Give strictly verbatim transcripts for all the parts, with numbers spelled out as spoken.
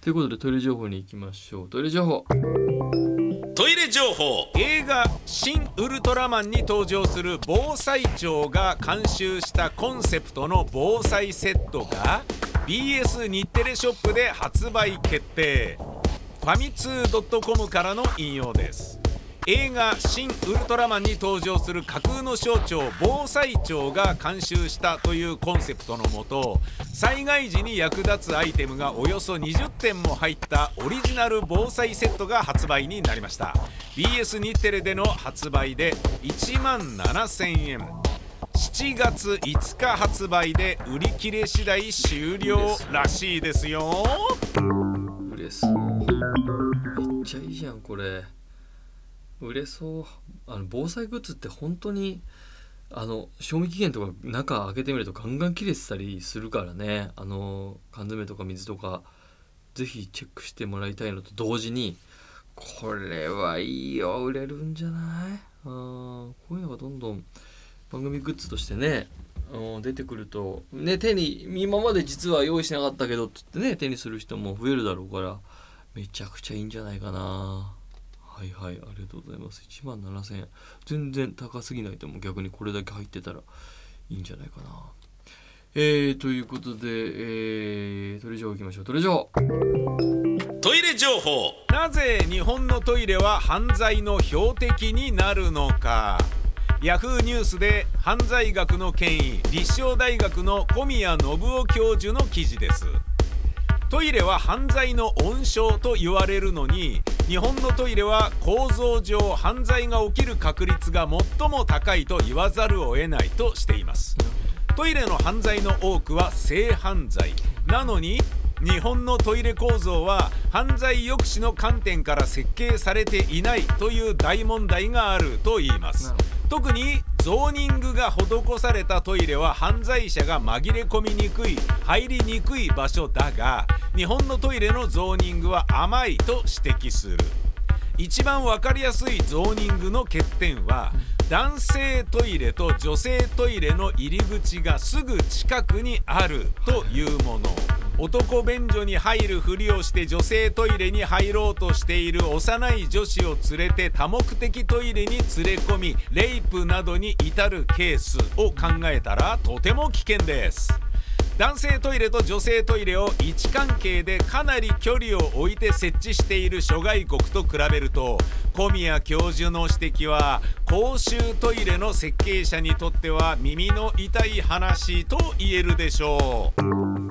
ということでトイレ情報に行きましょう。トイレ情報トイレ情報。映画新ウルトラマンに登場する防災庁が監修したコンセプトの防災セットが ビーエス 日テレショップで発売決定。ファミツー .com からの引用です。映画新ウルトラマンに登場する架空の省庁防災庁が監修したというコンセプトのもと、災害時に役立つアイテムがおよそにじゅってんも入ったオリジナル防災セットが発売になりました。 ビーエス 日テレでの発売でいちまんななせんえん、しちがついつか発売で売り切れ次第終了らしいですよ。 売れそう。めっちゃいいじゃんこれ。売れそう。あの防災グッズって本当にあの賞味期限とか中開けてみるとガンガン切れてたりするからね。あの缶詰とか水とかぜひチェックしてもらいたいのと同時に、これはいいよ、売れるんじゃない？あこういうのがどんどん番組グッズとしてね出てくるとね、手に今まで実は用意しなかったけどって言ってね手にする人も増えるだろうから、めちゃくちゃいいんじゃないかな。はいはい、ありがとうございます。いちまんななせんえん全然高すぎないと思う。逆にこれだけ入ってたらいいんじゃないかな。えー、ということで、えー、トイレ情報いきましょう。トイレ情報トイレ情報。なぜ日本のトイレは犯罪の標的になるのか。ヤフーニュースで犯罪学の権威立正大学の小宮信夫教授の記事です。トイレは犯罪の温床と言われるのに、日本のトイレは構造上犯罪が起きる確率が最も高いと言わざるを得ないとしています。トイレの犯罪の多くは性犯罪なのに、日本のトイレ構造は犯罪抑止の観点から設計されていないという大問題があると言います。特にゾーニングが施されたトイレは犯罪者が紛れ込みにくい、入りにくい場所だが、日本のトイレのゾーニングは甘いと指摘する。一番わかりやすいゾーニングの欠点は、男性トイレと女性トイレの入り口がすぐ近くにあるというもの。男便所に入るふりをして女性トイレに入ろうとしている幼い女子を連れて多目的トイレに連れ込み、レイプなどに至るケースを考えたらとても危険です。男性トイレと女性トイレを位置関係でかなり距離を置いて設置している諸外国と比べると、小宮教授の指摘は公衆トイレの設計者にとっては耳の痛い話と言えるでしょう。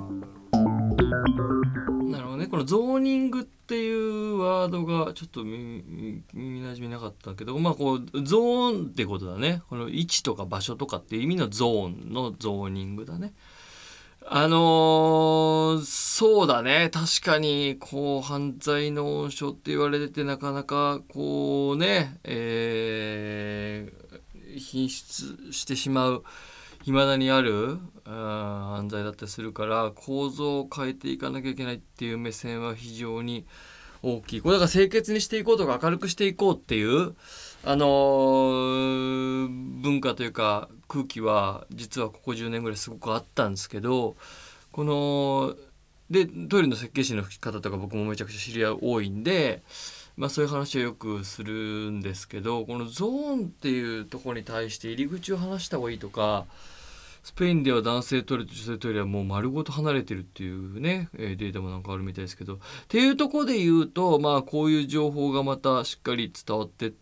なるほどね。このゾーニングっていうワードがちょっと耳なじみなかったけど、まあこうゾーンってことだね。この位置とか場所とかっていう意味のゾーンのゾーニングだね。あのー、そうだね。確かにこう犯罪の温床って言われてて、なかなかこうね、えー、品質してしまう未だにあるあ犯罪だったりするから、構造を変えていかなきゃいけないっていう目線は非常に大きい。これだから清潔にしていこうとか明るくしていこうっていうあのー、文化というか空気は実はここじゅうねんぐらいすごくあったんですけど、このでトイレの設計士の方とか僕もめちゃくちゃ知り合い多いんで、まあ、そういう話をよくするんですけど、このゾーンっていうところに対して入り口を離した方がいいとか、スペインでは男性トイレと女性トイレはもう丸ごと離れてるっていうね、データもなんかあるみたいですけど、っていうところで言うと、まあこういう情報がまたしっかり伝わってって、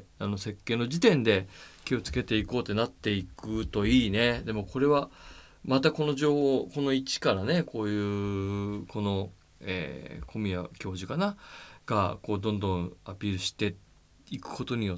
あの設計の時点で気をつけていこうってなっていくといいね。でもこれはまたこの情報、このいちからね、こういうこの、えー、小宮教授かながこうどんどんアピールしていくことによって、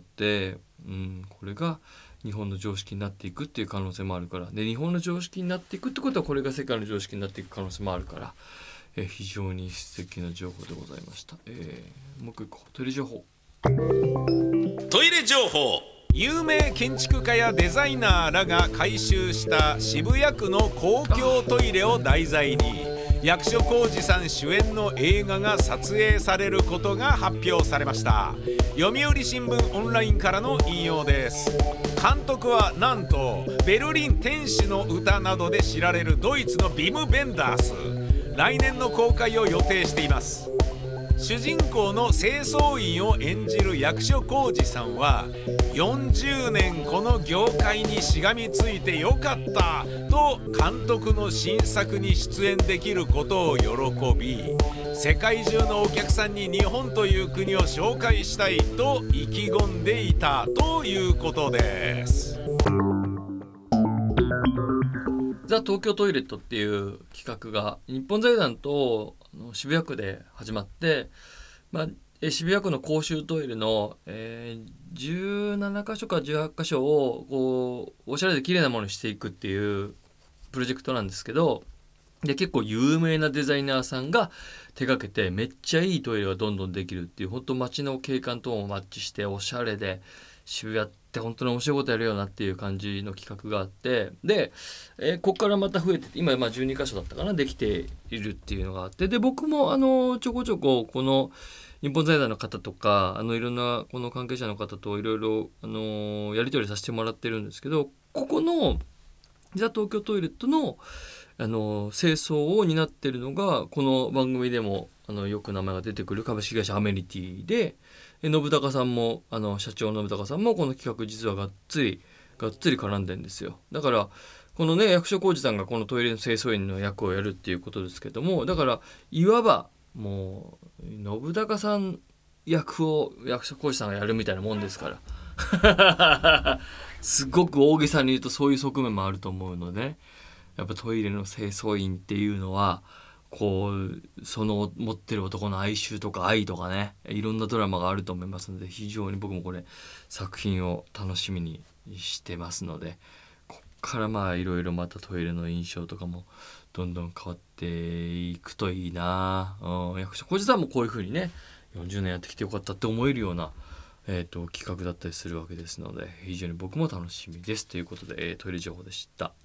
うん、これが日本の常識になっていくっていう可能性もあるから、で日本の常識になっていくってことはこれが世界の常識になっていく可能性もあるから、えー、非常に素敵な情報でございました。えー、もう一個トイレ情報。 トイレ情報。有名建築家やデザイナーらが改修した渋谷区の公共トイレを題材に役所広司さん主演の映画が撮影されることが発表されました。読売新聞オンラインからの引用です。監督はなんとベルリン天使の歌などで知られるドイツのビム・ベンダース。 来年の公開を予定しています。主人公の清掃員を演じる役所広司さんは、よんじゅうねんこの業界にしがみついてよかったと監督の新作に出演できることを喜び、世界中のお客さんに日本という国を紹介したいと意気込んでいたということです。 ザ・東京トイレットっていう企画が日本財団と渋谷区で始まって、まあ、渋谷区の公衆トイレの、えー、じゅうななかしょかじゅうはちかしょをこうおしゃれで綺麗なものにしていくっていうプロジェクトなんですけど、で結構有名なデザイナーさんが手掛けて、めっちゃいいトイレがどんどんできるっていう、本当街の景観ともマッチしておしゃれで、渋谷って本当に面白いことやるよなっていう感じの企画があって、で、えー、ここからまた増えてて、今まあじゅうにかしょだったかな、できているっていうのがあって、で僕もあのちょこちょここの日本財団の方とか、あのいろんなこの関係者の方といろいろあのやり取りさせてもらってるんですけど、ここのザ・東京トイレットのあの清掃を担ってるのが、この番組でもあのよく名前が出てくる株式会社アメニティで、信高さんもあの社長の信高さんもこの企画実はがっつりがっつり絡んでるんですよ。だからこのね、役所広司さんがこのトイレの清掃員の役をやるっていうことですけども、だからいわばもう信高さん役を役所広司さんがやるみたいなもんですからすごく大げさに言うとそういう側面もあると思うので、やっぱトイレの清掃員っていうのはこうその持ってる男の哀愁とか愛とかね、いろんなドラマがあると思いますので、非常に僕もこれ作品を楽しみにしてますので、こっからまあいろいろまたトイレの印象とかもどんどん変わっていくといいな。うん、役所広司さんもこういう風にね、よんじゅうねんやってきてよかったって思えるようなえーと企画だったりするわけですので、非常に僕も楽しみですということで、えートイレ情報でした。